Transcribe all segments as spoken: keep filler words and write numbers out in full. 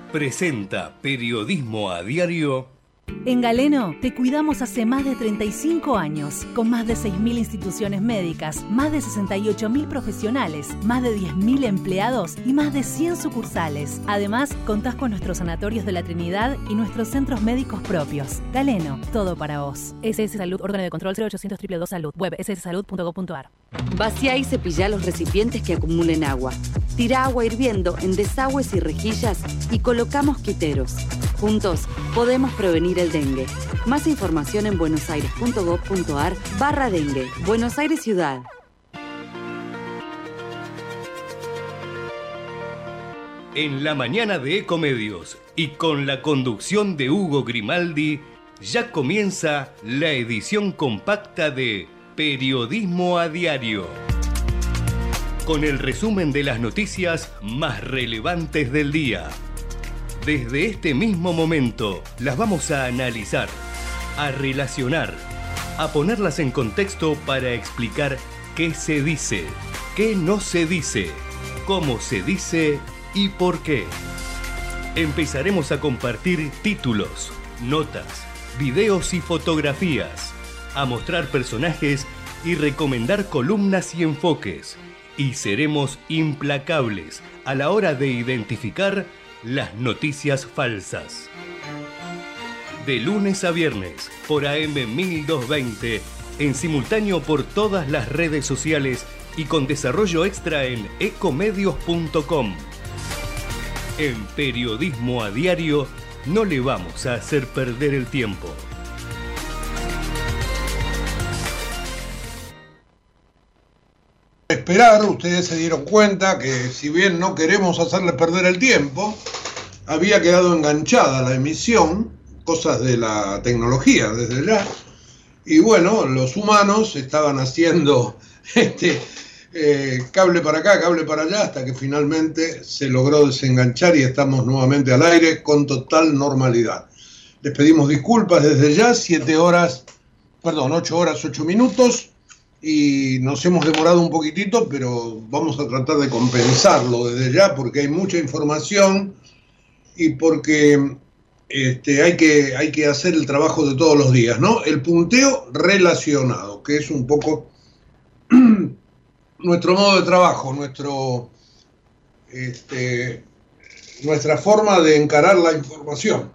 presenta Periodismo a Diario. En Galeno te cuidamos hace más de treinta y cinco años, con más de seis mil instituciones médicas, más de sesenta y ocho mil profesionales, más de diez mil empleados y más de cien sucursales. Además, contás con nuestros sanatorios de la Trinidad y nuestros centros médicos propios. Galeno, todo para vos. S S Salud, órgano de control cero ochocientos dos dos dos Salud, web ese ese salud punto gov punto a r. Vacía y cepilla los recipientes que acumulen agua. Tira agua hirviendo en desagües y rejillas y coloca mosquiteros. Juntos podemos prevenir el dengue. Más información en buenosaires punto gov punto a r barra dengue. Buenos Aires Ciudad. En la mañana de Ecomedios y con la conducción de Hugo Grimaldi, ya comienza la edición compacta de Periodismo a Diario, con el resumen de las noticias más relevantes del día. Desde este mismo momento las vamos a analizar, a relacionar, a ponerlas en contexto para explicar qué se dice, qué no se dice, cómo se dice y por qué. Empezaremos a compartir títulos, notas, videos y fotografías, a mostrar personajes y recomendar columnas y enfoques. Y seremos implacables a la hora de identificar las noticias falsas. De lunes a viernes por A M mil doscientos veinte, en simultáneo por todas las redes sociales y con desarrollo extra en ecomedios punto com. En Periodismo a Diario no le vamos a hacer perder el tiempo. Esperar, ustedes se dieron cuenta que si bien no queremos hacerles perder el tiempo, había quedado enganchada la emisión, cosas de la tecnología desde ya, y bueno, los humanos estaban haciendo este eh, cable para acá, cable para allá, hasta que finalmente se logró desenganchar y estamos nuevamente al aire con total normalidad. Les pedimos disculpas desde ya, siete horas, perdón, ocho horas, ocho minutos, y nos hemos demorado un poquitito, pero vamos a tratar de compensarlo desde ya porque hay mucha información y porque este, hay que, hay que hacer el trabajo de todos los días, ¿no? El punteo relacionado, que es un poco nuestro modo de trabajo, nuestro, este, nuestra forma de encarar la información.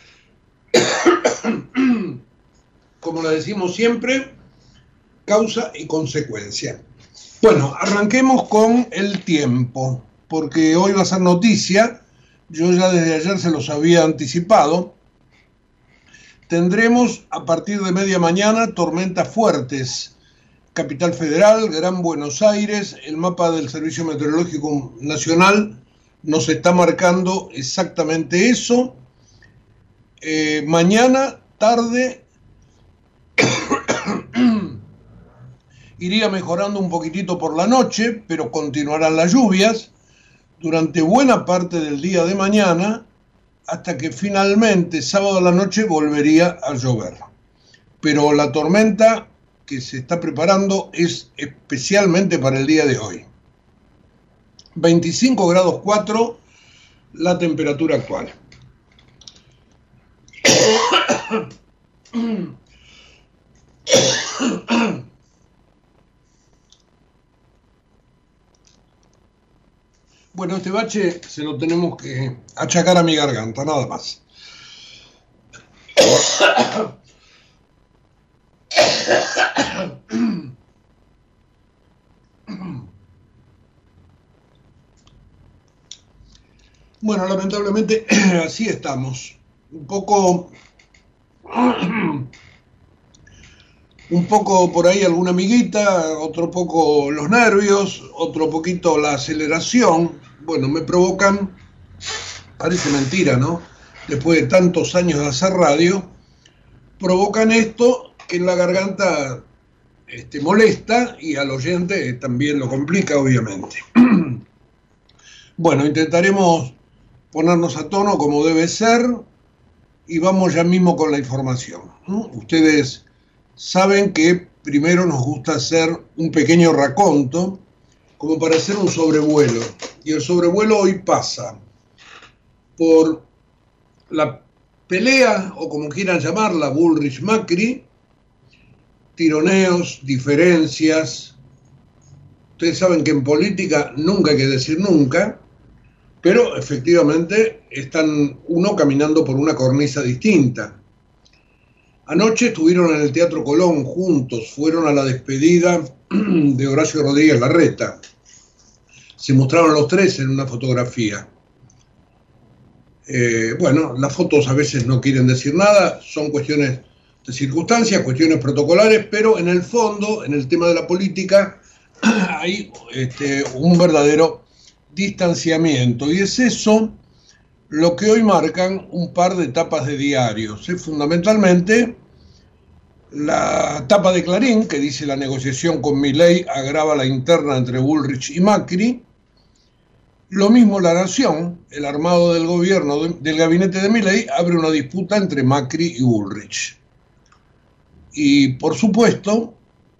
Como le decimos siempre, causa y consecuencia. Bueno, arranquemos con el tiempo, porque hoy va a ser noticia. Yo ya desde ayer se los había anticipado. Tendremos a partir de media mañana tormentas fuertes. Capital Federal, Gran Buenos Aires, el mapa del Servicio Meteorológico Nacional nos está marcando exactamente eso. Eh, mañana, tarde, iría mejorando un poquitito por la noche, pero continuarán las lluvias durante buena parte del día de mañana, hasta que finalmente sábado a la noche volvería a llover. Pero la tormenta que se está preparando es especialmente para el día de hoy. veinticinco grados cuatro la temperatura actual. Bueno, este bache se lo tenemos que achacar a mi garganta, nada más. Bueno, lamentablemente así estamos. Un poco... Un poco por ahí alguna amiguita, otro poco los nervios, otro poquito la aceleración. Bueno, me provocan, parece mentira, ¿no? Después de tantos años de hacer radio, provocan esto que en la garganta este, molesta y al oyente también lo complica, obviamente. Bueno, intentaremos ponernos a tono como debe ser y vamos ya mismo con la información, ¿no? Ustedes saben que primero nos gusta hacer un pequeño raconto, como para hacer un sobrevuelo. Y el sobrevuelo hoy pasa por la pelea, o como quieran llamarla, Bullrich-Macri, tironeos, diferencias. Ustedes saben que en política nunca hay que decir nunca, pero efectivamente están uno caminando por una cornisa distinta. Anoche estuvieron en el Teatro Colón juntos, fueron a la despedida de Horacio Rodríguez Larreta. Se mostraron los tres en una fotografía. Eh, bueno, las fotos a veces no quieren decir nada, son cuestiones de circunstancias, cuestiones protocolares, pero en el fondo, en el tema de la política, hay este, un verdadero distanciamiento, y es eso lo que hoy marcan un par de tapas de diarios. Es fundamentalmente la tapa de Clarín, que dice: la negociación con Milei agrava la interna entre Bullrich y Macri. Lo mismo La Nación: el armado del gobierno de, del gabinete de Milei abre una disputa entre Macri y Bullrich. Y por supuesto,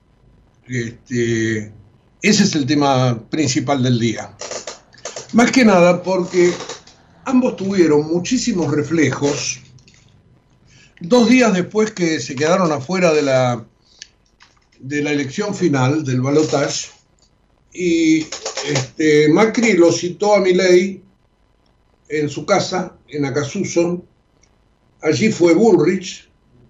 este, ese es el tema principal del día. Más que nada porque ambos tuvieron muchísimos reflejos dos días después que se quedaron afuera de la, de la elección final, del balotaje, y este, Macri lo citó a Milei en su casa, en Acasuso. Allí fue Bullrich.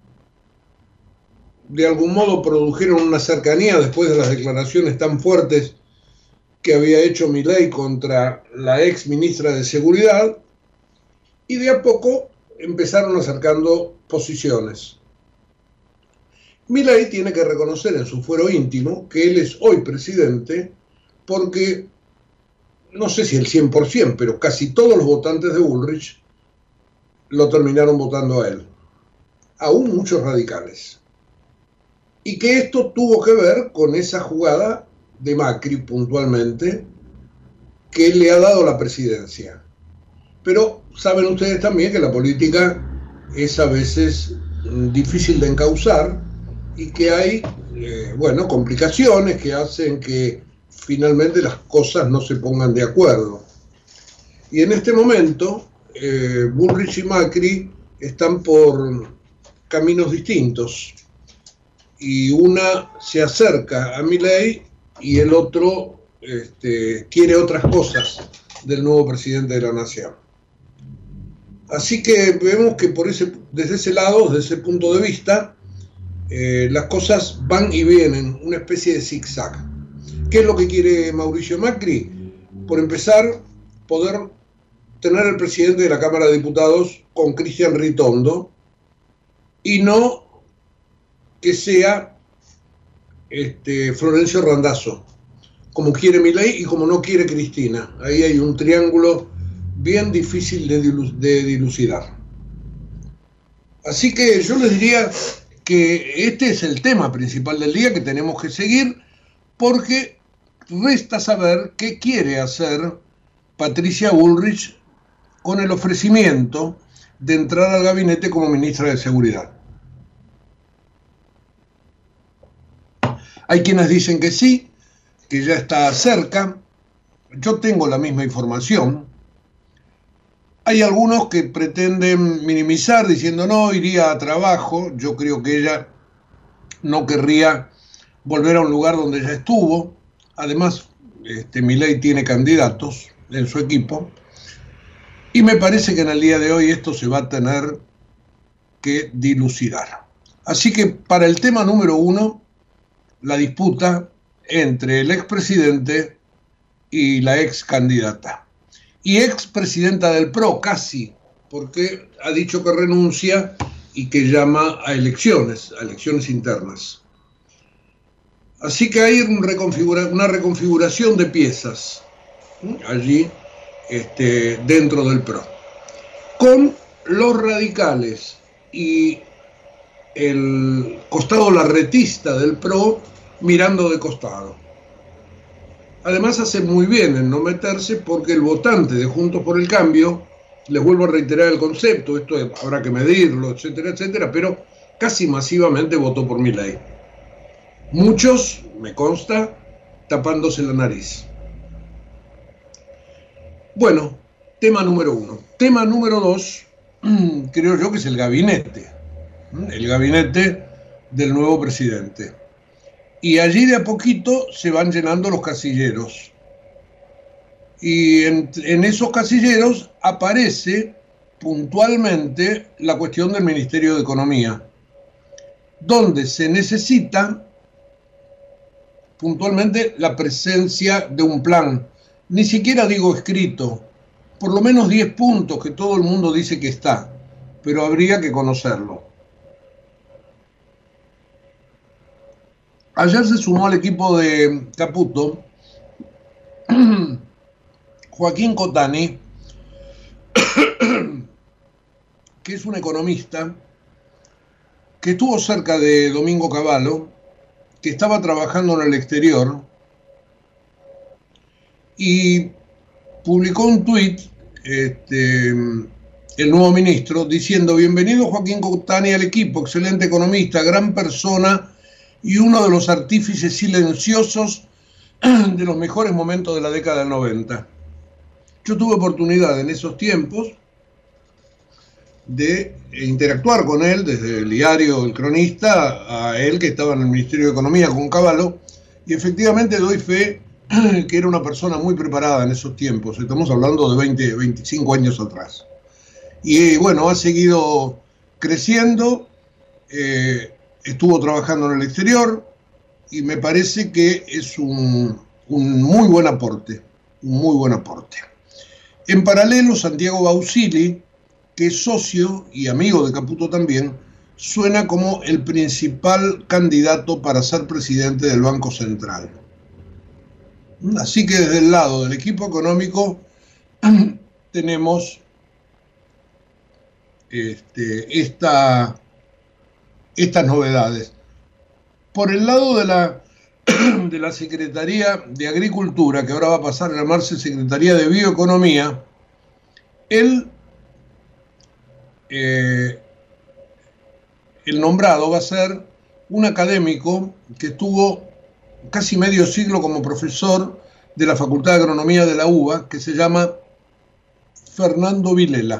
De algún modo produjeron una cercanía después de las declaraciones tan fuertes que había hecho Milei contra la ex ministra de Seguridad, y de a poco empezaron acercando posiciones. Milei tiene que reconocer en su fuero íntimo que él es hoy presidente porque, no sé si el cien por ciento, pero casi todos los votantes de Bullrich lo terminaron votando a él, aún muchos radicales. Y que esto tuvo que ver con esa jugada de Macri puntualmente, que le ha dado la presidencia. Pero saben ustedes también que la política es a veces difícil de encauzar y que hay, eh, bueno, complicaciones que hacen que finalmente las cosas no se pongan de acuerdo. Y en este momento, eh, Bullrich y Macri están por caminos distintos. Y una se acerca a Milei y el otro este, quiere otras cosas del nuevo presidente de la nación. Así que vemos que por ese, desde ese lado, desde ese punto de vista, eh, las cosas van y vienen, una especie de zigzag. ¿Qué es lo que quiere Mauricio Macri? Por empezar, poder tener el presidente de la Cámara de Diputados con Cristian Ritondo y no que sea este, Florencio Randazzo, como quiere Milei y como no quiere Cristina. Ahí hay un triángulo bien difícil de, dilu de dilucidar. Así que yo les diría que este es el tema principal del día que tenemos que seguir, porque resta saber qué quiere hacer Patricia Bullrich con el ofrecimiento de entrar al gabinete como ministra de Seguridad. Hay quienes dicen que sí, que ya está cerca. Yo tengo la misma información. Hay algunos que pretenden minimizar diciendo no, iría a trabajo. Yo creo que ella no querría volver a un lugar donde ya estuvo. Además, este, Milei tiene candidatos en su equipo. Y me parece que en el día de hoy esto se va a tener que dilucidar. Así que para el tema número uno, la disputa entre el expresidente y la ex candidata. Y expresidenta del P R O, casi, porque ha dicho que renuncia y que llama a elecciones, a elecciones internas. Así que hay un reconfigura, una reconfiguración de piezas ¿sí? allí este, dentro del P R O. Con los radicales y el costado larretista del P R O mirando de costado. Además hace muy bien en no meterse porque el votante de Juntos por el Cambio, les vuelvo a reiterar el concepto, esto habrá que medirlo, etcétera, etcétera, pero casi masivamente votó por Milei. Muchos, me consta, tapándose la nariz. Bueno, tema número uno. Tema número dos, creo yo que es el gabinete, el gabinete del nuevo presidente. Y allí de a poquito se van llenando los casilleros. Y en, en esos casilleros aparece puntualmente la cuestión del Ministerio de Economía, donde se necesita puntualmente la presencia de un plan, ni siquiera digo escrito, por lo menos diez puntos que todo el mundo dice que está, pero habría que conocerlo. Ayer se sumó al equipo de Caputo Joaquín Cotani, que es un economista que estuvo cerca de Domingo Cavallo, que estaba trabajando en el exterior y publicó un tuit, este, el nuevo ministro, diciendo: bienvenido Joaquín Cotani al equipo, excelente economista, gran persona y uno de los artífices silenciosos de los mejores momentos de la década del noventa. Yo tuve oportunidad en esos tiempos de interactuar con él, desde el diario El Cronista, a él que estaba en el Ministerio de Economía con Cavallo, y efectivamente doy fe que era una persona muy preparada en esos tiempos. Estamos hablando de veinte, veinticinco años atrás. Y bueno, ha seguido creciendo, eh, estuvo trabajando en el exterior y me parece que es un, un muy buen aporte, un muy buen aporte. En paralelo, Santiago Bausili, que es socio y amigo de Caputo también, suena como el principal candidato para ser presidente del Banco Central. Así que desde el lado del equipo económico tenemos este, esta, estas novedades. Por el lado de la, de la Secretaría de Agricultura, que ahora va a pasar a llamarse Secretaría de Bioeconomía, él, eh, el nombrado va a ser un académico que estuvo casi medio siglo como profesor de la Facultad de Agronomía de la U B A, que se llama Fernando Vilela.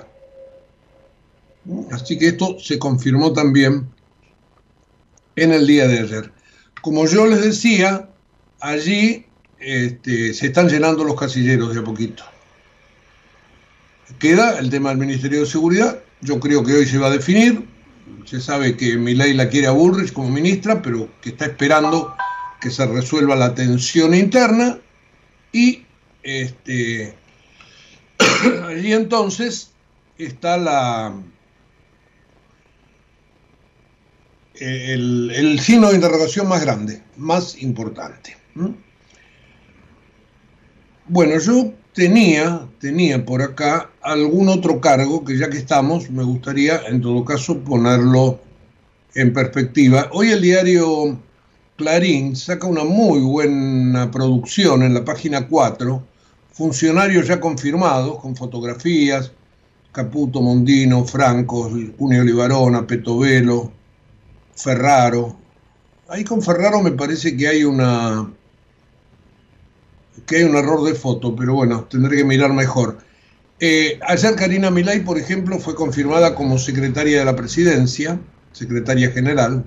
Así que esto se confirmó también en el día de ayer. Como yo les decía, allí este, se están llenando los casilleros de a poquito. Queda el tema del Ministerio de Seguridad. Yo creo que hoy se va a definir. Se sabe que Milei la quiere a Bullrich como ministra, pero que está esperando que se resuelva la tensión interna. Y este, allí entonces está la... El, el signo de interrogación más grande, más importante. ¿Mm? Bueno, yo tenía, tenía por acá algún otro cargo que, ya que estamos, me gustaría en todo caso ponerlo en perspectiva. Hoy el diario Clarín saca una muy buena producción en la página cuatro, funcionarios ya confirmados, con fotografías: Caputo, Mondino, Franco, Cuneo Libarona, Petovelo, Ferraro. Ahí con Ferraro me parece que hay una que hay un error de foto, pero bueno, tendré que mirar mejor. Eh, ayer Karina Milei, por ejemplo, fue confirmada como secretaria de la presidencia, secretaria general.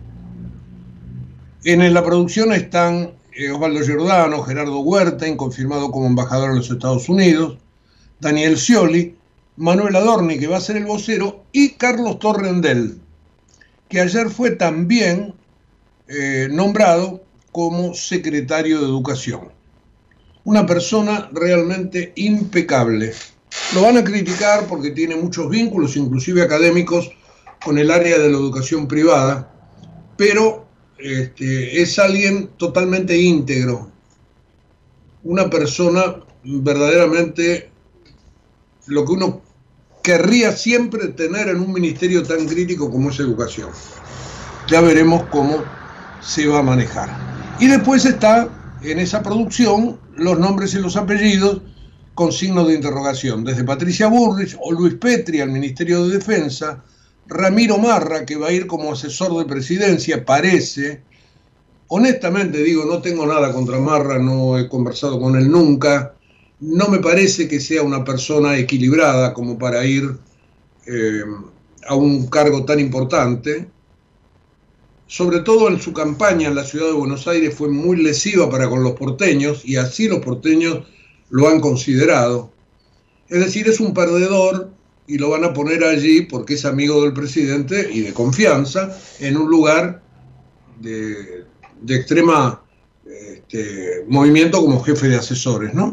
En la producción están eh, Osvaldo Giordano, Gerardo Huerta, confirmado como embajador en los Estados Unidos, Daniel Scioli, Manuel Adorni, que va a ser el vocero, y Carlos Torrendel, que ayer fue también eh, nombrado como secretario de Educación. Una persona realmente impecable. Lo van a criticar porque tiene muchos vínculos, inclusive académicos, con el área de la educación privada, pero este, es alguien totalmente íntegro. Una persona verdaderamente lo que uno querría siempre tener en un ministerio tan crítico como es educación. Ya veremos cómo se va a manejar. Y después está en esa producción los nombres y los apellidos con signos de interrogación, desde Patricia Bullrich o Luis Petri al Ministerio de Defensa, Ramiro Marra, que va a ir como asesor de presidencia, parece. Honestamente digo, no tengo nada contra Marra, no he conversado con él nunca, no me parece que sea una persona equilibrada como para ir eh, a un cargo tan importante. Sobre todo en su campaña en la ciudad de Buenos Aires fue muy lesiva para con los porteños, y así los porteños lo han considerado. Es decir, es un perdedor y lo van a poner allí porque es amigo del presidente y de confianza, en un lugar de, de extrema este, movimiento como jefe de asesores, ¿no?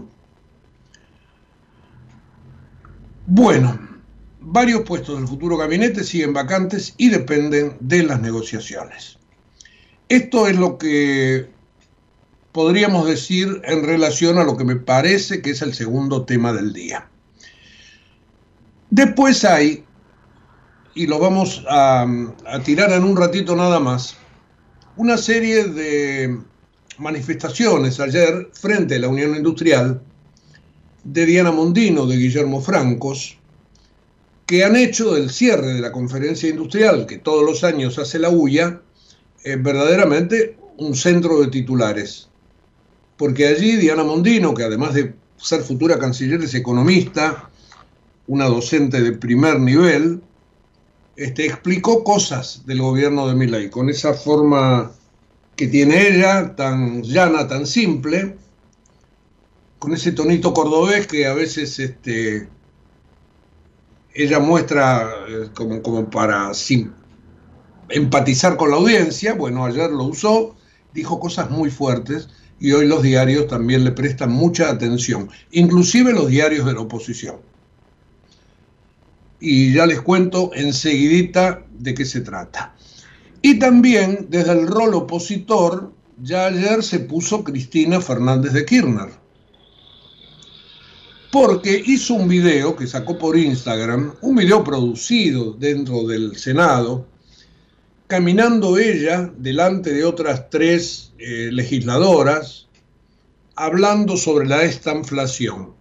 Bueno, varios puestos del futuro gabinete siguen vacantes y dependen de las negociaciones. Esto es lo que podríamos decir en relación a lo que me parece que es el segundo tema del día. Después hay, y lo vamos a, a tirar en un ratito nada más, una serie de manifestaciones ayer frente a la Unión Industrial de Diana Mondino, de Guillermo Francos, que han hecho del cierre de la conferencia industrial, que todos los años hace la U I A, eh, verdaderamente un centro de titulares. Porque allí Diana Mondino, que además de ser futura canciller es economista, una docente de primer nivel, este, explicó cosas del gobierno de Milei, con esa forma que tiene ella, tan llana, tan simple, con ese tonito cordobés que a veces este, ella muestra eh, como, como para sim, empatizar con la audiencia. Bueno, ayer lo usó, dijo cosas muy fuertes, y hoy los diarios también le prestan mucha atención, inclusive los diarios de la oposición. Y ya les cuento enseguidita de qué se trata. Y también desde el rol opositor, ya ayer se puso Cristina Fernández de Kirchner, porque hizo un video que sacó por Instagram, un video producido dentro del Senado, caminando ella delante de otras tres eh, legisladoras, hablando sobre la estanflación.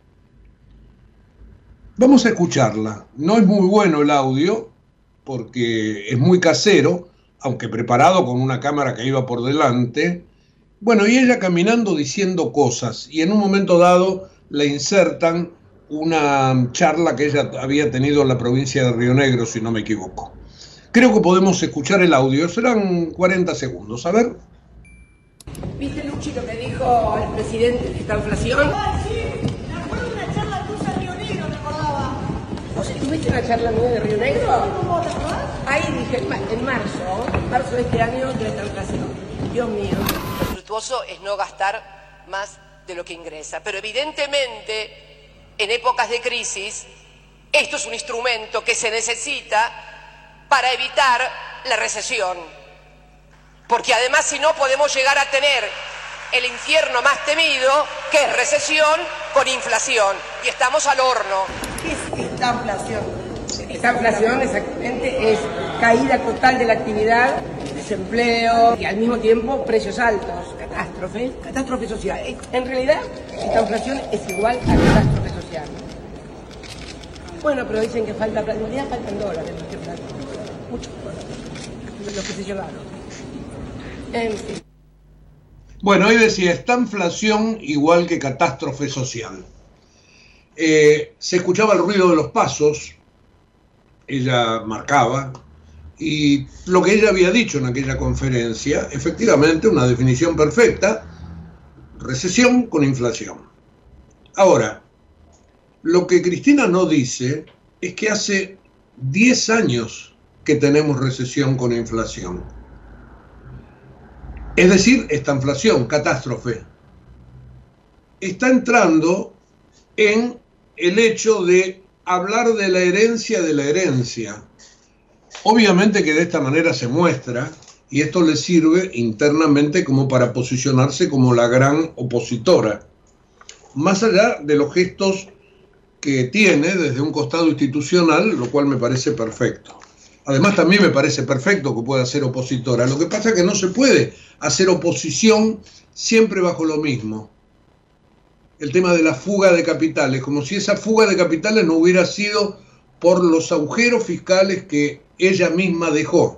Vamos a escucharla. No es muy bueno el audio, porque es muy casero, aunque preparado con una cámara que iba por delante. Bueno, y ella caminando diciendo cosas, y en un momento dado le insertan una charla que ella había tenido en la provincia de Río Negro, si no me equivoco. Creo que podemos escuchar el audio, serán cuarenta segundos, a ver. ¿Viste, Luchi, lo que dijo el presidente de esta inflación? Ah, sí, me acuerdo de una charla tuya en Río Negro, me acordaba. ¿Vos estuviste en la charla mía de Río Negro? ¿Cómo te acordás? Ahí dije, en marzo, en marzo de este año, de esta inflación. Dios mío. Lo virtuoso es no gastar más de lo que ingresa, pero evidentemente, en épocas de crisis, esto es un instrumento que se necesita para evitar la recesión. Porque además, si no, podemos llegar a tener el infierno más temido, que es recesión con inflación. Y estamos al horno. ¿Qué es esta inflación? Esta inflación exactamente es caída total de la actividad, desempleo y al mismo tiempo precios altos, catástrofe, catástrofe social. En realidad, esta inflación es igual a catástrofe social. Bueno, pero dicen que falta plata. En realidad faltan dólares, más que plata. Muchos dólares. Los que se llevaron. En fin. Bueno, ahí decía, esta inflación igual que catástrofe social. Eh, se escuchaba el ruido de los pasos, ella marcaba, y lo que ella había dicho en aquella conferencia, efectivamente una definición perfecta, recesión con inflación. Ahora, lo que Cristina no dice es que hace diez años que tenemos recesión con inflación. Es decir, esta inflación, catástrofe, está entrando en el hecho de hablar de la herencia de la herencia. Obviamente que de esta manera se muestra, y esto le sirve internamente como para posicionarse como la gran opositora, más allá de los gestos que tiene desde un costado institucional, lo cual me parece perfecto. Además, también me parece perfecto que pueda ser opositora. Lo que pasa es que no se puede hacer oposición siempre bajo lo mismo. El tema de la fuga de capitales, como si esa fuga de capitales no hubiera sido por los agujeros fiscales que ella misma dejó.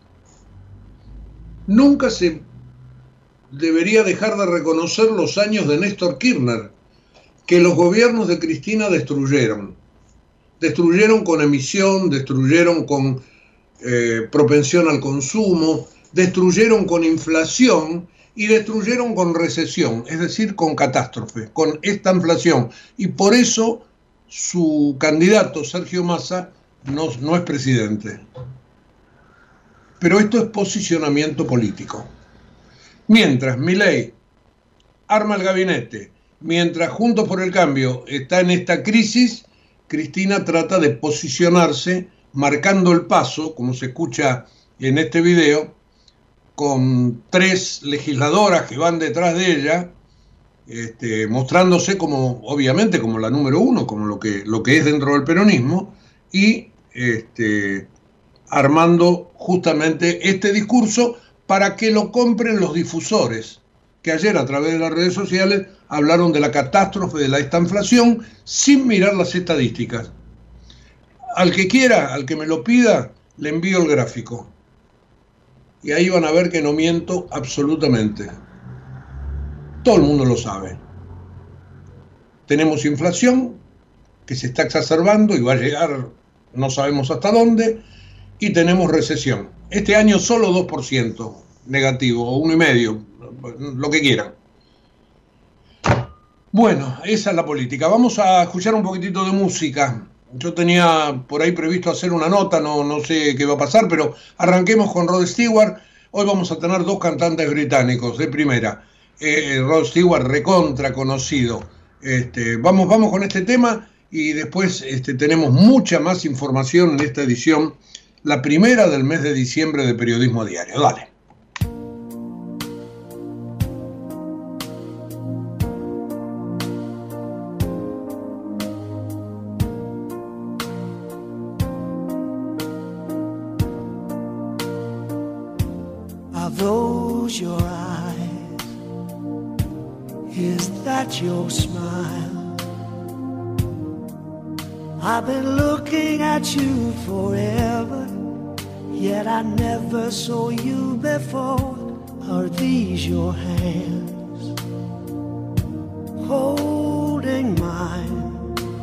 Nunca se debería dejar de reconocer los años de Néstor Kirchner, que los gobiernos de Cristina destruyeron. Destruyeron con emisión, destruyeron con eh, propensión al consumo, destruyeron con inflación y destruyeron con recesión, es decir, con catástrofe, con esta inflación. Y por eso su candidato, Sergio Massa, no, no es presidente. Pero esto es posicionamiento político. Mientras Milei arma el gabinete, mientras Juntos por el Cambio está en esta crisis, Cristina trata de posicionarse, marcando el paso, como se escucha en este video, con tres legisladoras que van detrás de ella, este, mostrándose como, obviamente, como la número uno, como lo que, lo que es dentro del peronismo, y este, armando justamente este discurso para que lo compren los difusores, que ayer a través de las redes sociales hablaron de la catástrofe de la esta inflación sin mirar las estadísticas. Al que quiera, al que me lo pida, le envío el gráfico. Y ahí van a ver que no miento absolutamente. Todo el mundo lo sabe. Tenemos inflación que se está exacerbando y va a llegar no sabemos hasta dónde, y tenemos recesión. Este año solo dos por ciento negativo, o uno coma cinco por ciento, lo que quieran. Bueno, esa es la política. Vamos a escuchar un poquitito de música. Yo tenía por ahí previsto hacer una nota, no, no sé qué va a pasar, pero arranquemos con Rod Stewart. Hoy vamos a tener dos cantantes británicos de primera. Eh, Rod Stewart, recontra conocido. Este, vamos, vamos con este tema y después este, tenemos mucha más información en esta edición, la primera del mes de diciembre de Periodismo Diario. Dale. Your eyes, is that your smile? I've been looking at you forever, yet I never saw you before. Are these your hands holding mine?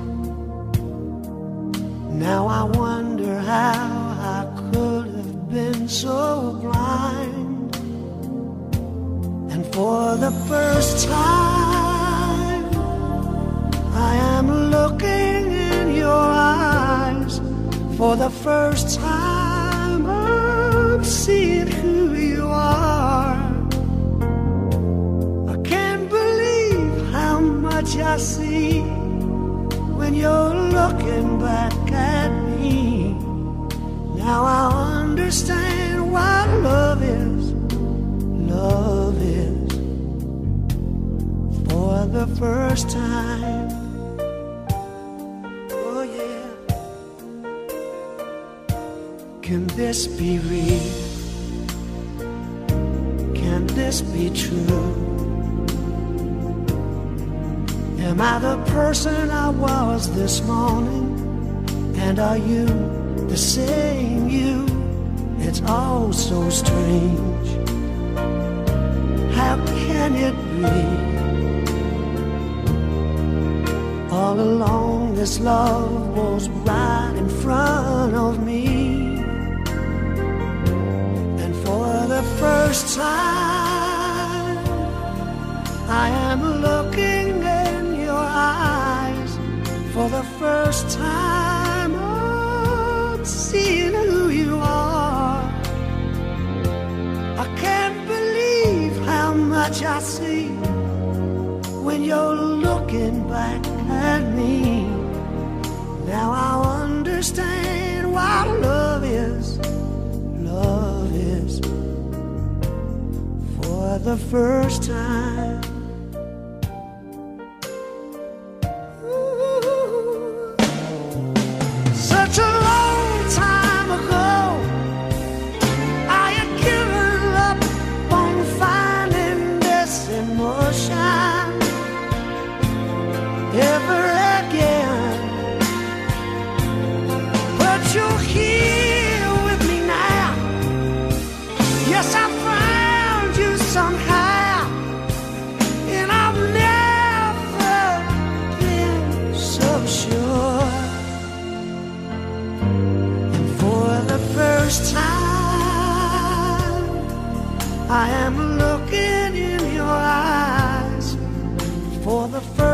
Now I wonder how I could have been so blind. For the first time, I am looking in your eyes. For the first time, I'm seeing who you are. I can't believe how much I see when you're looking back at me. Now I understand what love is. Love is. For the first time, oh yeah. Can this be real? Can this be true? Am I the person I was this morning? And are you the same you? It's all so strange. How can it be? All along this love was right in front of me. And for the first time, I am looking in your eyes. For the first time, I'm seeing who you are. I can't believe how much I see when you're looking back at me. Now I understand what love is. Love is. For the first time. Ooh. Such a long time ago, I had given up on finding this emotion ever again, but you're here with me now. Yes, I found you somehow, and I've never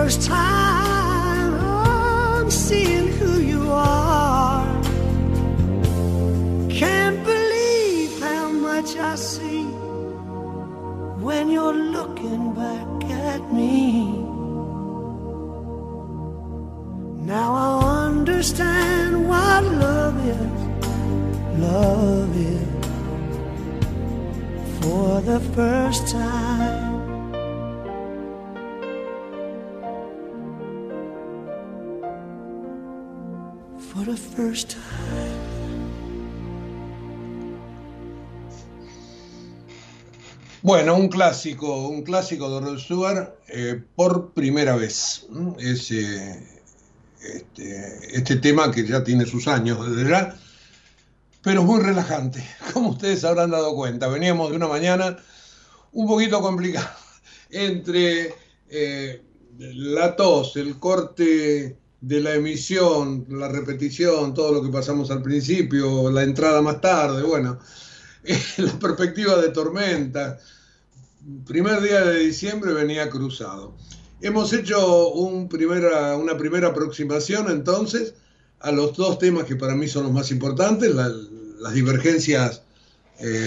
first time I'm seeing who you are. Can't believe how much I see when you're looking back at me. Now I understand what love is, love is, for the first time. For the first time. Bueno, un clásico, un clásico de Rod Stewart, eh, por primera vez. Es, eh, este, este tema que ya tiene sus años desde ya, pero es muy relajante, como ustedes habrán dado cuenta. Veníamos de una mañana un poquito complicada, entre eh, la tos, el corte de la emisión, la repetición, todo lo que pasamos al principio, la entrada más tarde, bueno, eh, la perspectiva de tormenta. Primer día de diciembre venía cruzado. Hemos hecho un primera, una primera aproximación entonces a los dos temas que para mí son los más importantes, la, las divergencias eh,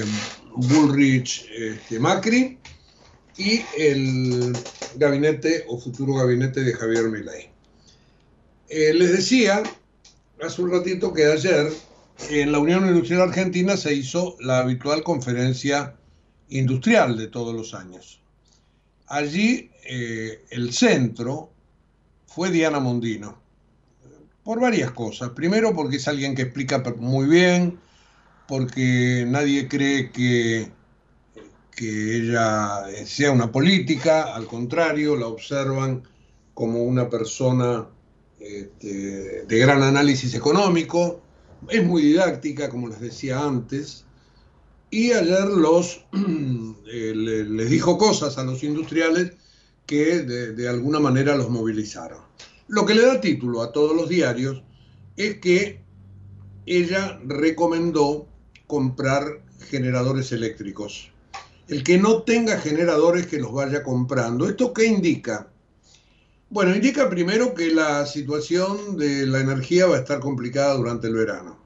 Bullrich-Macri este, y el gabinete o futuro gabinete de Javier Milei. Eh, les decía hace un ratito que ayer en la Unión Industrial Argentina se hizo la habitual conferencia industrial de todos los años. Allí eh, el centro fue Diana Mondino, por varias cosas. Primero porque es alguien que explica muy bien, porque nadie cree que, que ella sea una política, al contrario, la observan como una persona este, de gran análisis económico, es muy didáctica, como les decía antes, y ayer los, eh, les dijo cosas a los industriales que de, de alguna manera los movilizaron. Lo que le da título a todos los diarios es que ella recomendó comprar generadores eléctricos. El que no tenga generadores que los vaya comprando. ¿Esto qué indica? Bueno, indica primero que la situación de la energía va a estar complicada durante el verano.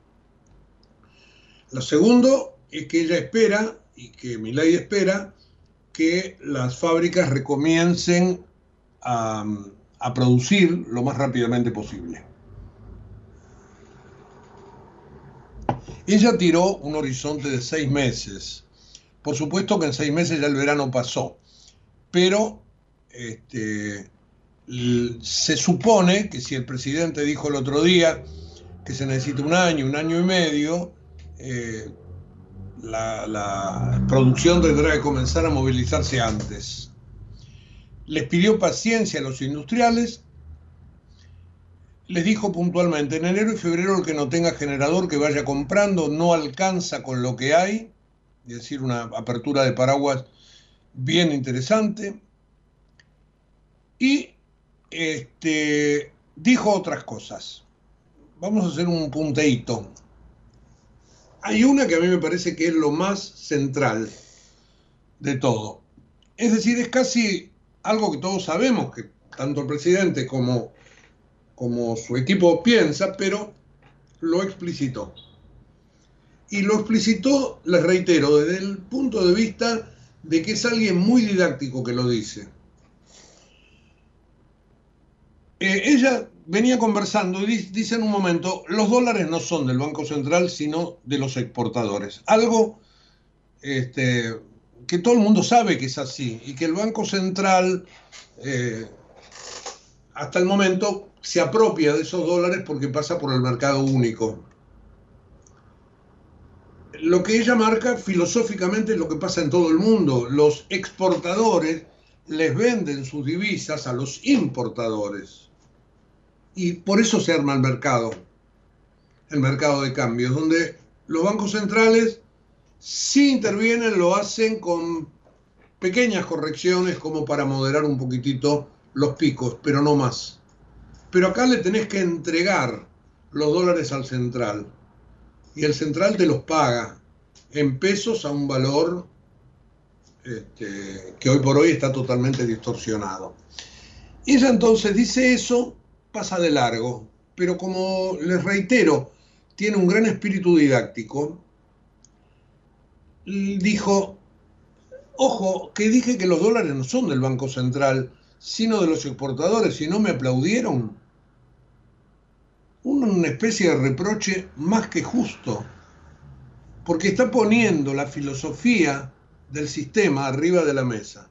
Lo segundo es que ella espera, y que Milei espera, que las fábricas recomiencen a, a producir lo más rápidamente posible. Ella tiró un horizonte de seis meses. Por supuesto que en seis meses ya el verano pasó, pero este, se supone que si el presidente dijo el otro día que se necesita un año, un año y medio, eh, La, la producción tendrá que comenzar a movilizarse antes. Les pidió paciencia a los industriales, les dijo puntualmente, en enero y febrero el que no tenga generador que vaya comprando, no alcanza con lo que hay, es decir, una apertura de paraguas bien interesante, y este, dijo otras cosas. Vamos a hacer un punteíto. Hay una que a mí me parece que es lo más central de todo. Es decir, es casi algo que todos sabemos, que tanto el presidente como, como su equipo piensa, pero lo explicitó. Y lo explicitó, les reitero, desde el punto de vista de que es alguien muy didáctico que lo dice. Eh, ella venía conversando y dice en un momento, los dólares no son del Banco Central, sino de los exportadores. Algo este, que todo el mundo sabe que es así, y que el Banco Central, eh, hasta el momento, se apropia de esos dólares porque pasa por el mercado único. Lo que ella marca filosóficamente es lo que pasa en todo el mundo. Los exportadores les venden sus divisas a los importadores. Y por eso se arma el mercado, el mercado de cambios, donde los bancos centrales, si intervienen, lo hacen con pequeñas correcciones como para moderar un poquitito los picos, pero no más. Pero acá le tenés que entregar los dólares al central, y el central te los paga en pesos a un valor este, que hoy por hoy está totalmente distorsionado. Ella entonces dice eso, pasa de largo, pero como les reitero, tiene un gran espíritu didáctico, dijo, ojo, que dije que los dólares no son del Banco Central, sino de los exportadores, y no me aplaudieron. Una especie de reproche más que justo, porque está poniendo la filosofía del sistema arriba de la mesa.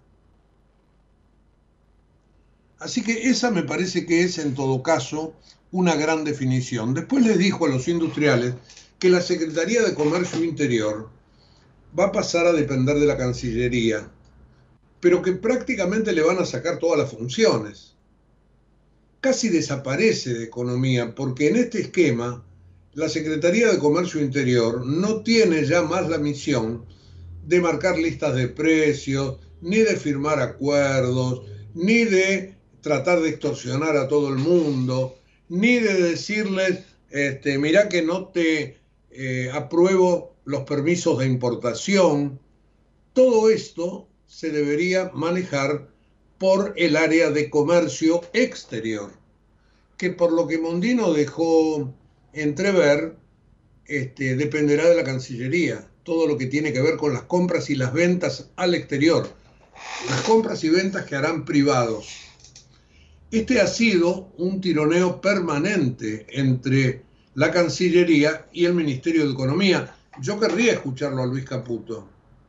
Así que esa me parece que es, en todo caso, una gran definición. Después les dijo a los industriales que la Secretaría de Comercio Interior va a pasar a depender de la Cancillería, pero que prácticamente le van a sacar todas las funciones. Casi desaparece de Economía, porque en este esquema la Secretaría de Comercio Interior no tiene ya más la misión de marcar listas de precios, ni de firmar acuerdos, ni de tratar de extorsionar a todo el mundo, ni de decirles, este, mirá que no te eh, apruebo los permisos de importación. Todo esto se debería manejar por el área de comercio exterior, que por lo que Mondino dejó entrever, este, dependerá de la Cancillería, todo lo que tiene que ver con las compras y las ventas al exterior, las compras y ventas que harán privados. Este ha sido un tironeo permanente entre la Cancillería y el Ministerio de Economía. Yo querría escucharlo a Luis Caputo.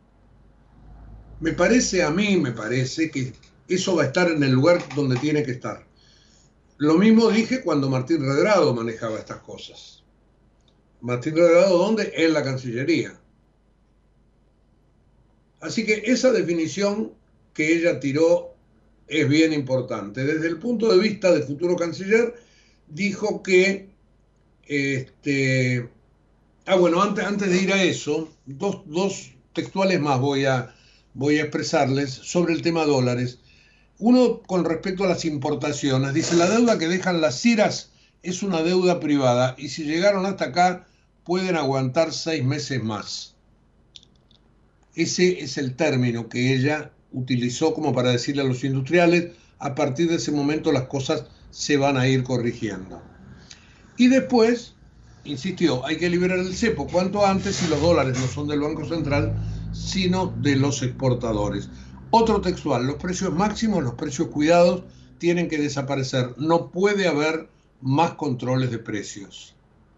Me parece, a mí me parece que eso va a estar en el lugar donde tiene que estar. Lo mismo dije cuando Martín Redrado manejaba estas cosas. Martín Redrado, ¿dónde? En la Cancillería. Así que esa definición que ella tiró es bien importante. Desde el punto de vista del futuro canciller, dijo que... Este, ah, bueno, antes, antes de ir a eso, dos, dos textuales más voy a, voy a expresarles sobre el tema dólares. Uno con respecto a las importaciones. Dice, la deuda que dejan las C I R As es una deuda privada y si llegaron hasta acá pueden aguantar seis meses más. Ese es el término que ella utilizó como para decirle a los industriales, a partir de ese momento las cosas se van a ir corrigiendo. Y después, insistió, hay que liberar el cepo cuanto antes y los dólares no son del Banco Central, sino de los exportadores. Otro textual, los precios máximos, los precios cuidados tienen que desaparecer. No puede haber más controles de precios.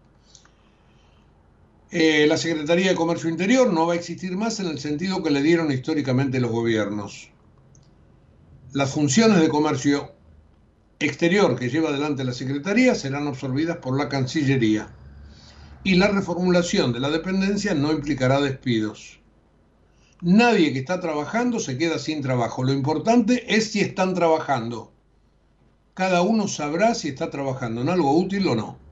Eh, la Secretaría de Comercio Interior no va a existir más en el sentido que le dieron históricamente los gobiernos. Las funciones de comercio exterior que lleva adelante la Secretaría serán absorbidas por la Cancillería. Y la reformulación de la dependencia no implicará despidos. Nadie que está trabajando se queda sin trabajo. Lo importante es si están trabajando. Cada uno sabrá si está trabajando en algo útil o no.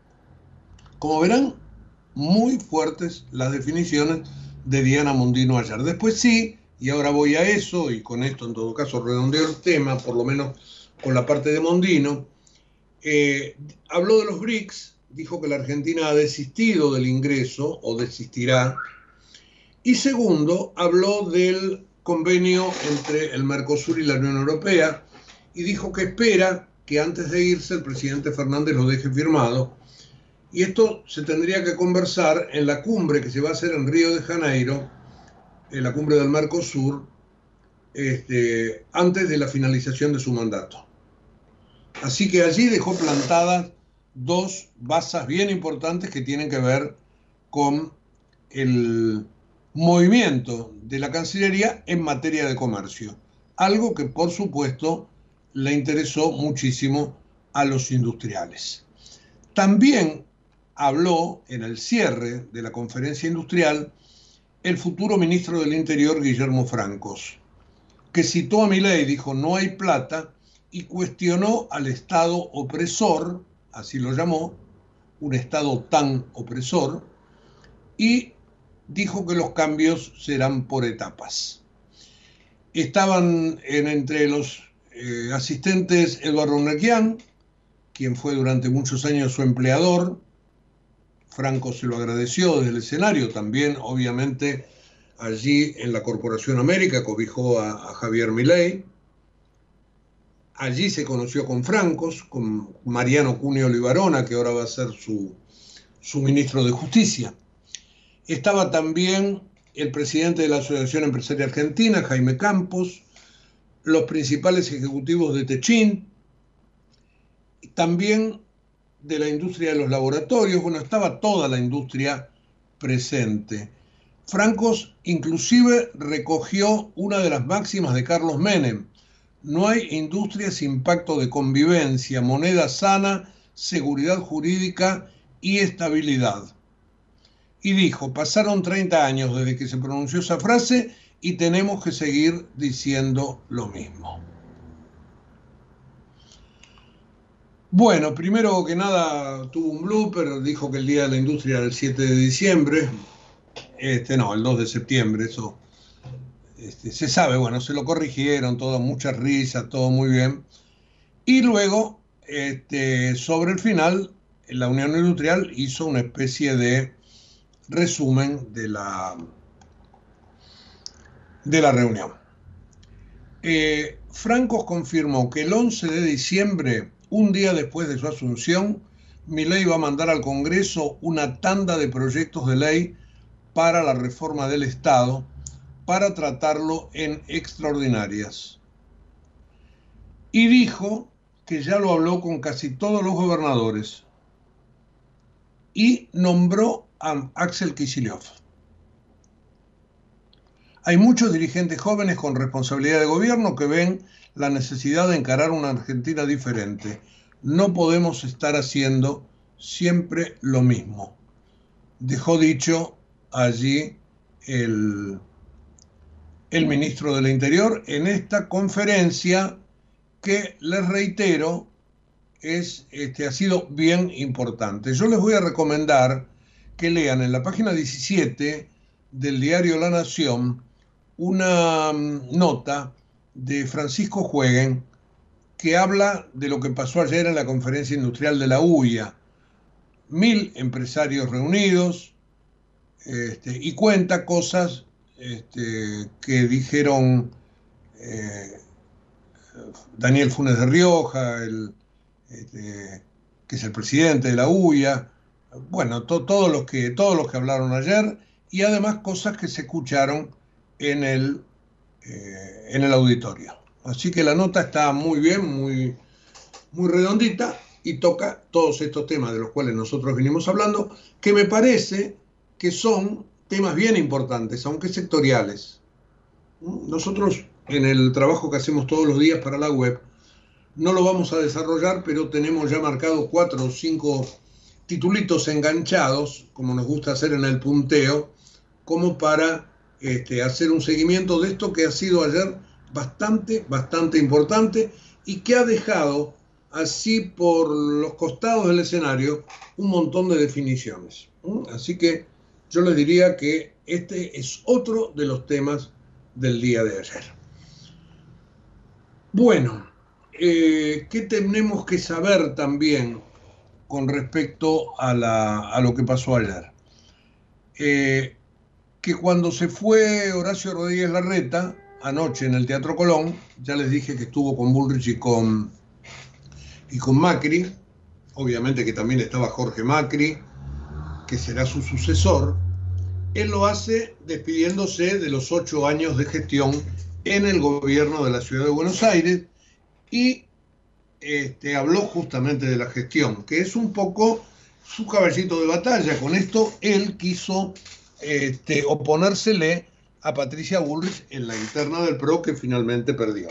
Como verán, muy fuertes las definiciones de Diana Mondino ayer. Después sí, y ahora voy a eso, y con esto en todo caso redondeo el tema, por lo menos con la parte de Mondino, eh, habló de los B R I C S, dijo que la Argentina ha desistido del ingreso, o desistirá, y segundo, habló del convenio entre el Mercosur y la Unión Europea, y dijo que espera que antes de irse el presidente Fernández lo deje firmado. Y esto se tendría que conversar en la cumbre que se va a hacer en Río de Janeiro, en la cumbre del Mercosur, este, antes de la finalización de su mandato. Así que allí dejó plantadas dos bazas bien importantes que tienen que ver con el movimiento de la Cancillería en materia de comercio. Algo que, por supuesto, le interesó muchísimo a los industriales. También habló en el cierre de la conferencia industrial el futuro ministro del Interior, Guillermo Francos, que citó a Milei, dijo no hay plata, y cuestionó al Estado opresor, así lo llamó, un Estado tan opresor, y dijo que los cambios serán por etapas. Estaban en, entre los eh, asistentes Eduardo Unnequian, quien fue durante muchos años su empleador. Franco se lo agradeció desde el escenario, también obviamente allí en la Corporación América cobijó a, a Javier Milei. allí se conoció con Francos, con Mariano Cuneo Libarona, que ahora va a ser su, su ministro de Justicia. Estaba también el presidente de la Asociación Empresaria Argentina, Jaime Campos, los principales ejecutivos de Techint, también de la industria de los laboratorios. Bueno, estaba toda la industria presente. Francos inclusive recogió una de las máximas de Carlos Menem: no hay industria sin pacto de convivencia, moneda sana, seguridad jurídica y estabilidad. Y dijo, pasaron treinta años desde que se pronunció esa frase y tenemos que seguir diciendo lo mismo. Bueno, primero que nada tuvo un blooper, dijo que el Día de la Industria era el siete de diciembre, este no, el dos de septiembre, eso este, se sabe, bueno, se lo corrigieron, todo, muchas risas, todo muy bien. Y luego, este, sobre el final, la Unión Industrial hizo una especie de resumen de la, de la reunión. Eh, Francos confirmó que el once de diciembre, un día después de su asunción, Milei va a mandar al Congreso una tanda de proyectos de ley para la reforma del Estado para tratarlo en extraordinarias. Y dijo que ya lo habló con casi todos los gobernadores y nombró a Axel Kicillof. Hay muchos dirigentes jóvenes con responsabilidad de gobierno que ven la necesidad de encarar una Argentina diferente. No podemos estar haciendo siempre lo mismo, dejó dicho allí el, el ministro del Interior en esta conferencia que, les reitero, es, este, ha sido bien importante. Yo les voy a recomendar que lean en la página diecisiete del diario La Nación una nota de Francisco Jueguen que habla de lo que pasó ayer en la conferencia industrial de la U I A. Mil empresarios reunidos, este, y cuenta cosas este, que dijeron eh, Daniel Funes de Rioja, el, este, que es el presidente de la U I A, bueno, to, todos, los que, todos los que hablaron ayer, y además cosas que se escucharon en el, eh, en el auditorio. Así que la nota está muy bien, muy, muy redondita y toca todos estos temas de los cuales nosotros venimos hablando, que me parece que son temas bien importantes, aunque sectoriales. Nosotros en el trabajo que hacemos todos los días para la web no lo vamos a desarrollar, pero tenemos ya marcados cuatro o cinco titulitos enganchados, como nos gusta hacer en el punteo, como para este, hacer un seguimiento de esto que ha sido ayer bastante, bastante importante y que ha dejado así por los costados del escenario un montón de definiciones. Así que yo les diría que este es otro de los temas del día de ayer. Bueno, eh, ¿qué tenemos que saber también con respecto a, la, a lo que pasó ayer? Eh, que cuando se fue Horacio Rodríguez Larreta, anoche en el Teatro Colón, ya les dije que estuvo con Bullrich y con, y con Macri, obviamente que también estaba Jorge Macri, que será su sucesor. Él lo hace despidiéndose de los ocho años de gestión en el gobierno de la Ciudad de Buenos Aires y este, habló justamente de la gestión, que es un poco su caballito de batalla. Con esto él quiso este, oponérsele a Patricia Bullrich en la interna del P R O, que finalmente perdió.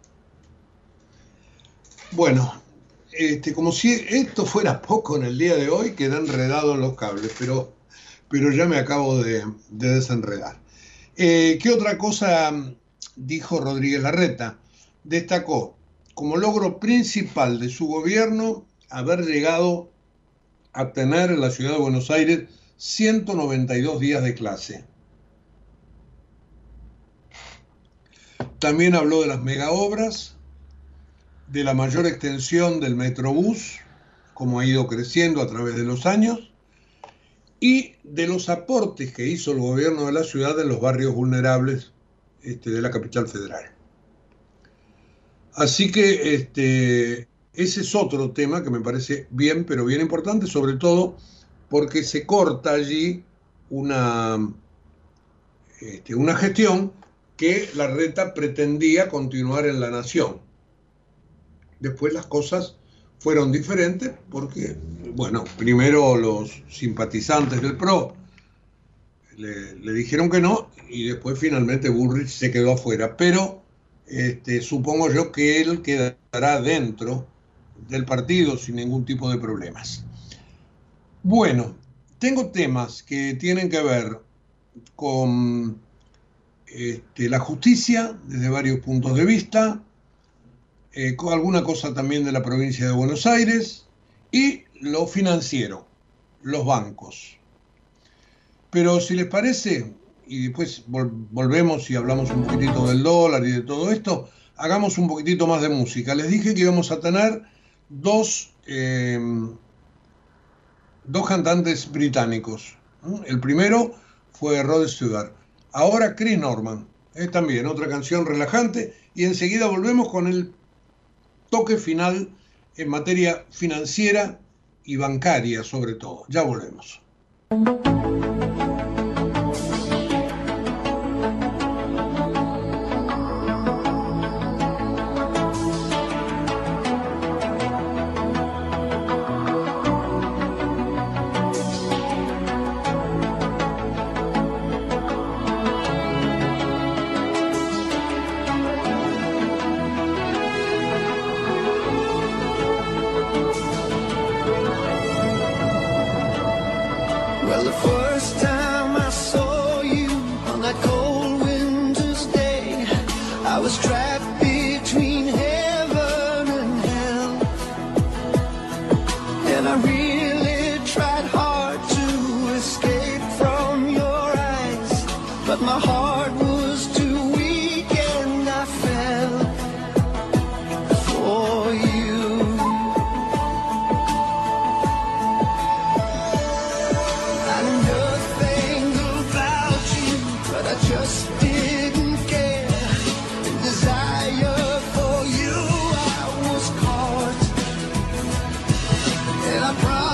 Bueno, este, como si esto fuera poco en el día de hoy, quedé enredado en los cables, pero, pero ya me acabo de, de desenredar. Eh, ¿Qué otra cosa dijo Rodríguez Larreta? Destacó como logro principal de su gobierno haber llegado a tener en la Ciudad de Buenos Aires ciento noventa y dos días de clase. También habló de las megaobras, de la mayor extensión del Metrobús, como ha ido creciendo a través de los años, y de los aportes que hizo el gobierno de la ciudad en los barrios vulnerables este, de la capital federal. Así que este, ese es otro tema que me parece bien, pero bien importante, sobre todo porque se corta allí una, este, una gestión que Larreta pretendía continuar en la Nación. Después las cosas fueron diferentes porque, bueno, primero los simpatizantes del P R O le, le dijeron que no y después finalmente Bullrich se quedó afuera. Pero este, supongo yo que él quedará dentro del partido sin ningún tipo de problemas. Bueno, tengo temas que tienen que ver con este, la justicia desde varios puntos de vista, eh, con alguna cosa también de la provincia de Buenos Aires y lo financiero, los bancos. Pero si les parece, y después vol- volvemos y hablamos un poquitito del dólar y de todo esto, hagamos un poquitito más de música. Les dije que íbamos a tener dos... Eh, dos cantantes británicos. El primero fue Rod Stewart. Ahora Chris Norman. Es también otra canción relajante. Y enseguida volvemos con el toque final en materia financiera y bancaria sobre todo. Ya volvemos. I promise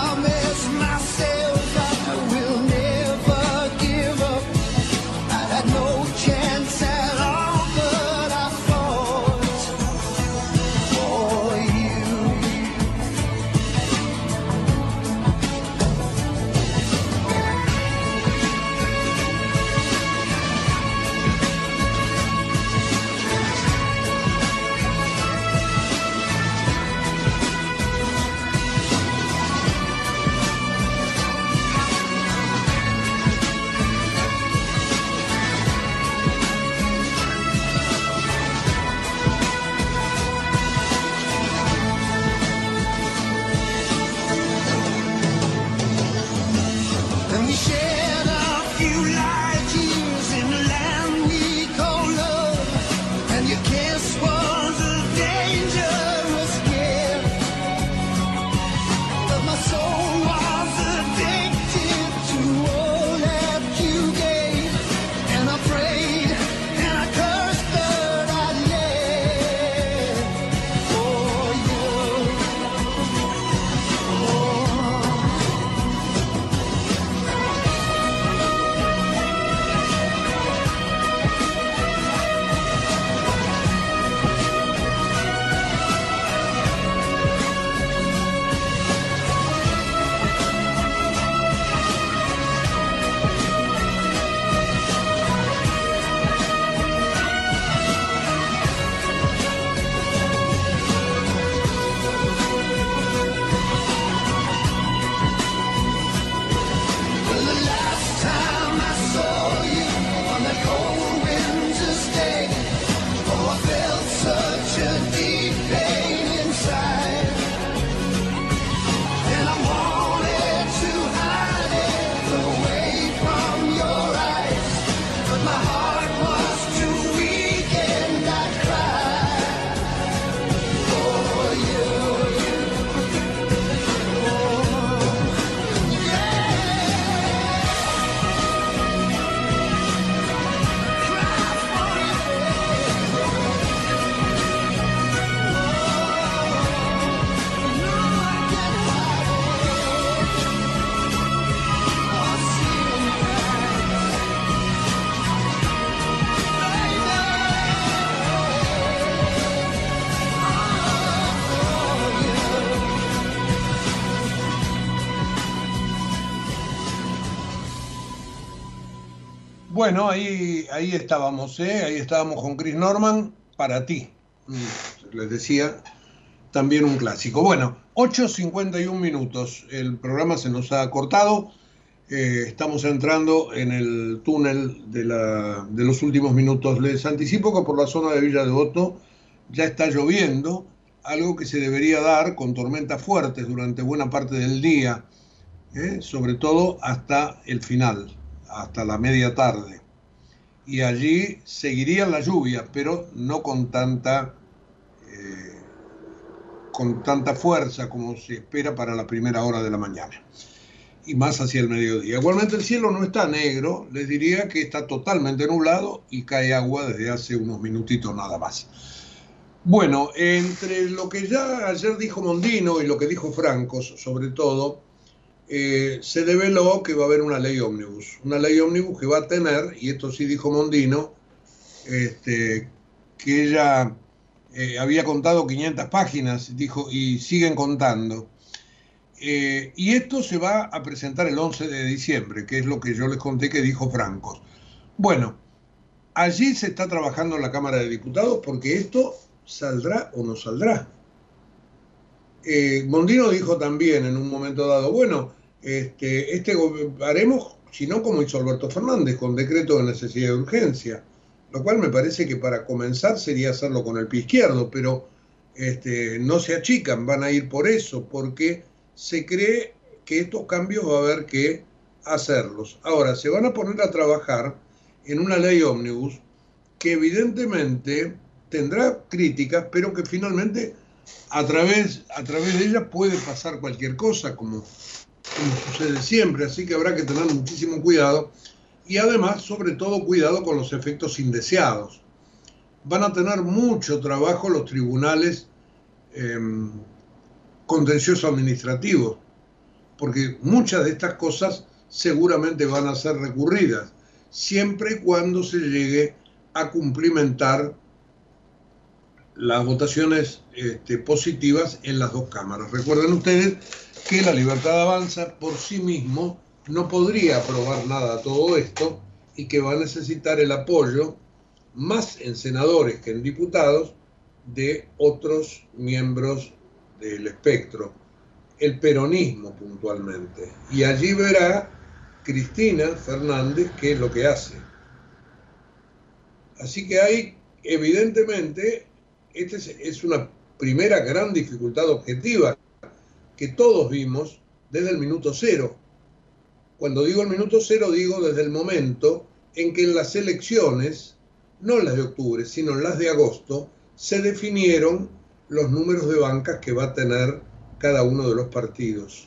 Bueno, ahí, ahí estábamos, ¿eh? Ahí estábamos con Chris Norman, para ti. Les decía, también un clásico. Bueno, ocho cincuenta y un minutos. El programa se nos ha cortado. Eh, estamos entrando en el túnel de, la, de los últimos minutos. Les anticipo que por la zona de Villa Devoto ya está lloviendo, algo que se debería dar con tormentas fuertes durante buena parte del día, ¿eh? Sobre todo hasta el final, hasta la media tarde. Y allí seguiría la lluvia, pero no con tanta, eh, con tanta fuerza como se espera para la primera hora de la mañana. Y más hacia el mediodía. Igualmente el cielo no está negro, les diría que está totalmente nublado y cae agua desde hace unos minutitos nada más. Bueno, entre lo que ya ayer dijo Mondino y lo que dijo Francos, sobre todo, eh, se develó que va a haber una ley ómnibus. Una ley ómnibus que va a tener, y esto sí dijo Mondino, este, que ella eh, había contado quinientas páginas, dijo, y siguen contando. Eh, y esto se va a presentar el once de diciembre, que es lo que yo les conté que dijo Francos. Bueno, allí se está trabajando en la Cámara de Diputados porque esto saldrá o no saldrá. Eh, Mondino dijo también en un momento dado, bueno, este, este haremos, si no como hizo Alberto Fernández, con decreto de necesidad de urgencia, lo cual me parece que para comenzar sería hacerlo con el pie izquierdo, pero este, no se achican, van a ir por eso, porque se cree que estos cambios va a haber que hacerlos. Ahora, se van a poner a trabajar en una ley ómnibus que evidentemente tendrá críticas, pero que finalmente a través, a través de ella puede pasar cualquier cosa, como, como sucede siempre, así que habrá que tener muchísimo cuidado y además, sobre todo, cuidado con los efectos indeseados. Van a tener mucho trabajo los tribunales eh, contencioso administrativo, porque muchas de estas cosas seguramente van a ser recurridas, siempre y cuando se llegue a cumplimentar las votaciones este, positivas en las dos cámaras. Recuerden ustedes que la Libertad Avanza por sí mismo no podría aprobar nada a todo esto y que va a necesitar el apoyo, más en senadores que en diputados, de otros miembros del espectro, el peronismo puntualmente. Y allí verá Cristina Fernández qué es lo que hace. Así que hay, evidentemente, esta es, es una primera gran dificultad objetiva que todos vimos desde el minuto cero. Cuando digo el minuto cero, digo desde el momento en que en las elecciones, no en las de octubre, sino en las de agosto, se definieron los números de bancas que va a tener cada uno de los partidos.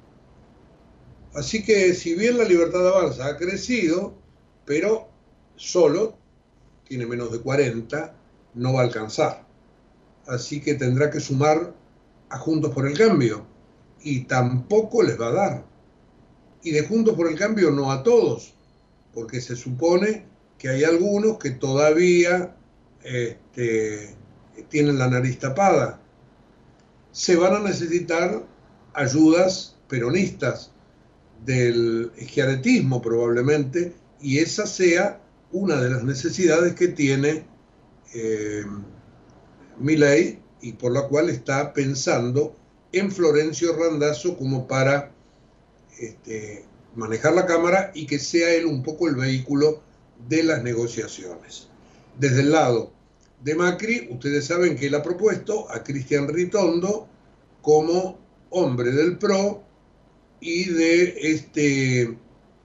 Así que si bien la Libertad Avanza ha crecido, pero solo tiene menos de cuarenta, no va a alcanzar. Así que tendrá que sumar a Juntos por el Cambio y tampoco les va a dar. Y de Juntos por el Cambio no a todos, porque se supone que hay algunos que todavía este, tienen la nariz tapada. Se van a necesitar ayudas peronistas del schiarettismo probablemente, y esa sea una de las necesidades que tiene eh, Milei, y por la cual está pensando en Florencio Randazzo como para este, manejar la Cámara y que sea él un poco el vehículo de las negociaciones. Desde el lado de Macri, ustedes saben que él ha propuesto a Cristian Ritondo como hombre del P R O y de este,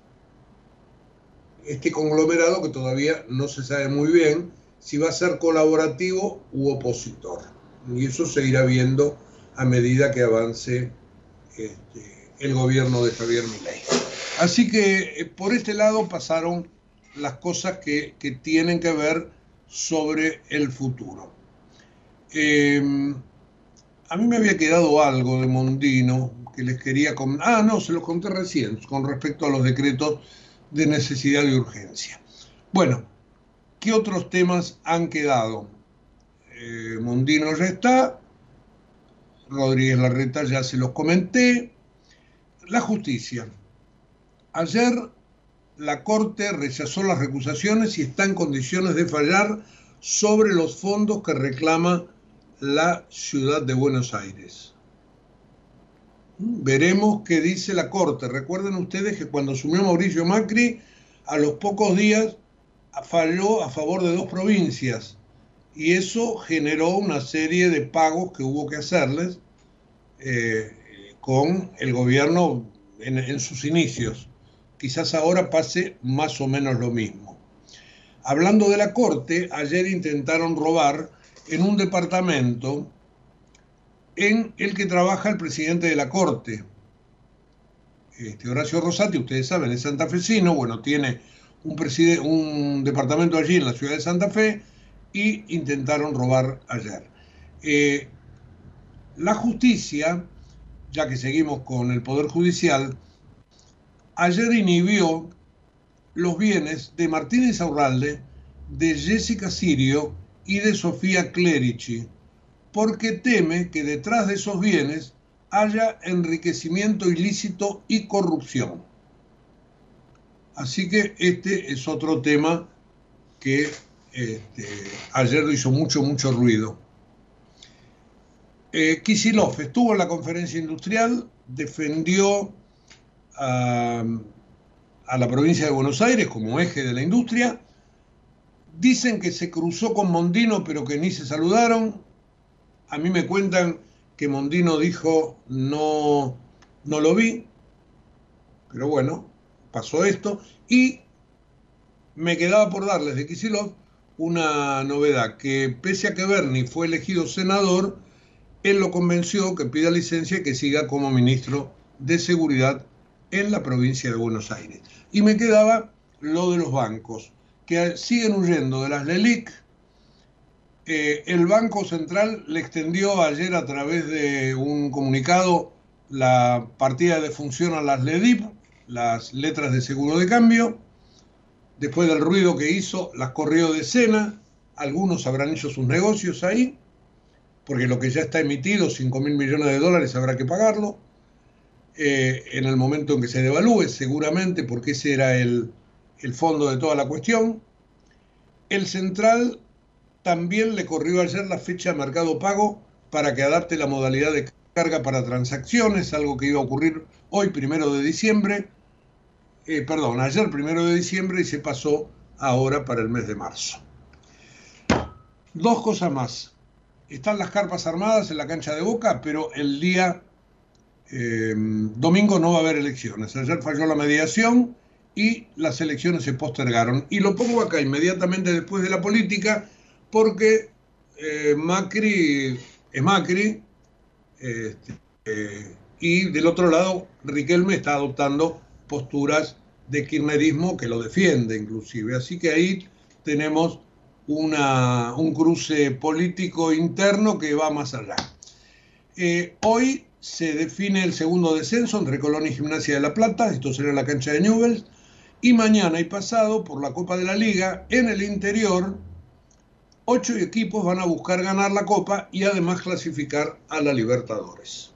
este conglomerado que todavía no se sabe muy bien si va a ser colaborativo u opositor. Y eso se irá viendo a medida que avance este, el gobierno de Javier Milei. Así que eh, por este lado pasaron las cosas que, que tienen que ver sobre el futuro. Eh, a mí me había quedado algo de Mondino que les quería comentar. Ah, no, se los conté recién, con respecto a los decretos de necesidad y urgencia. Bueno, ¿qué otros temas han quedado? Eh, Mondino ya está, Rodríguez Larreta ya se los comenté. La justicia. Ayer la Corte rechazó las recusaciones y está en condiciones de fallar sobre los fondos que reclama la ciudad de Buenos Aires. Veremos qué dice la Corte. Recuerden ustedes que cuando asumió Mauricio Macri, a los pocos días falló a favor de dos provincias y eso generó una serie de pagos que hubo que hacerles eh, con el gobierno en, en sus inicios. Quizás ahora pase más o menos lo mismo. Hablando de la Corte, ayer intentaron robar en un departamento en el que trabaja el presidente de la Corte, este, Horacio Rosati, ustedes saben, es santafesino, bueno, tiene un, preside- un departamento allí en la ciudad de Santa Fe y intentaron robar ayer. Eh, la justicia, ya que seguimos con el Poder Judicial, ayer inhibió los bienes de Martín Insaurralde, de Jessica Sirio y de Sofía Clerici, porque teme que detrás de esos bienes haya enriquecimiento ilícito y corrupción. Así que este es otro tema que este, ayer hizo mucho, mucho ruido. Eh, Kicillof estuvo en la conferencia industrial, defendió a, a la provincia de Buenos Aires como eje de la industria. Dicen que se cruzó con Mondino, pero que ni se saludaron. A mí me cuentan que Mondino dijo, no, no lo vi, pero bueno, pasó esto. Y me quedaba por darles de Kicillof una novedad, que pese a que Berni fue elegido senador, él lo convenció que pida licencia y que siga como ministro de Seguridad en la provincia de Buenos Aires. Y me quedaba lo de los bancos, que siguen huyendo de las LELIC. Eh, el Banco Central le extendió ayer a través de un comunicado la partida de función a las LEDIP, las letras de seguro de cambio. Después del ruido que hizo, las corrió de escena. Algunos habrán hecho sus negocios ahí, porque lo que ya está emitido, cinco mil millones de dólares, habrá que pagarlo. Eh, en el momento en que se devalúe, seguramente, porque ese era el, el fondo de toda la cuestión. El Central también le corrió ayer la fecha de mercado pago para que adapte la modalidad de carga para transacciones, algo que iba a ocurrir hoy, primero de diciembre, eh, perdón, ayer primero de diciembre y se pasó ahora para el mes de marzo. Dos cosas más. Están las carpas armadas en la cancha de Boca, pero el día eh, domingo no va a haber elecciones. Ayer falló la mediación y las elecciones se postergaron. Y lo pongo acá inmediatamente después de la política, porque eh, Macri es Macri, este, eh, y del otro lado Riquelme está adoptando posturas de kirchnerismo que lo defiende inclusive. Así que ahí tenemos una, un cruce político interno que va más allá. Eh, hoy se define el segundo descenso entre Colón y Gimnasia de La Plata, esto será en la cancha de Newell's, y mañana y pasado por la Copa de la Liga en el interior. Ocho equipos van a buscar ganar la Copa y además clasificar a la Libertadores.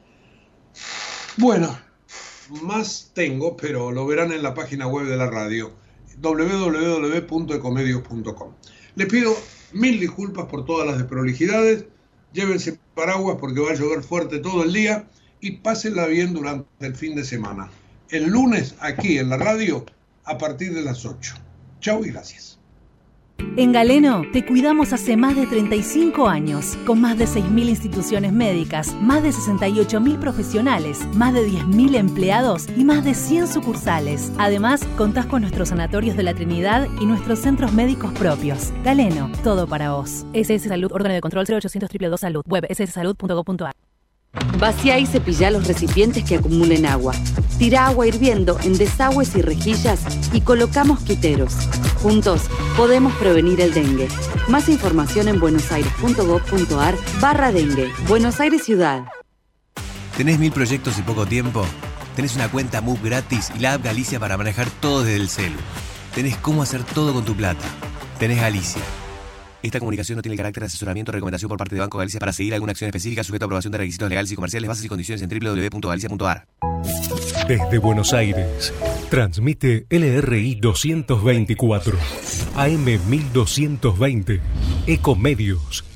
Bueno, más tengo, pero lo verán en la página web de la radio, doble u doble u doble u punto ecomedios punto com. Les pido mil disculpas por todas las desprolijidades. Llévense paraguas porque va a llover fuerte todo el día y pásenla bien durante el fin de semana. El lunes aquí en la radio a partir de las ocho. Chau y gracias. En Galeno te cuidamos hace más de treinta y cinco años, con más de seis mil instituciones médicas, más de sesenta y ocho mil profesionales, más de diez mil empleados y más de cien sucursales. Además, contás con nuestros sanatorios de la Trinidad y nuestros centros médicos propios. Galeno, todo para vos. S S Salud, órgano de control cero ochocientos dos dos dos Salud, web ese ese salud punto gob punto a r. Vacía y cepillá los recipientes que acumulen agua. Tira agua hirviendo en desagües y rejillas y coloca mosquiteros. Juntos podemos prevenir el dengue. Más información en buenosaires punto gob punto a r barra dengue. Buenos Aires Ciudad. ¿Tenés mil proyectos y poco tiempo? Tenés una cuenta Move gratis y la app Galicia para manejar todo desde el celu. Tenés cómo hacer todo con tu plata. Tenés Galicia. Esta comunicación no tiene el carácter de asesoramiento o recomendación por parte de Banco Galicia para seguir alguna acción específica sujeto a aprobación de requisitos legales y comerciales, bases y condiciones en doble u doble u doble u punto galicia punto a r. Desde Buenos Aires, Transmite L R I doscientos veinticuatro, A M mil doscientos veinte, Ecomedios,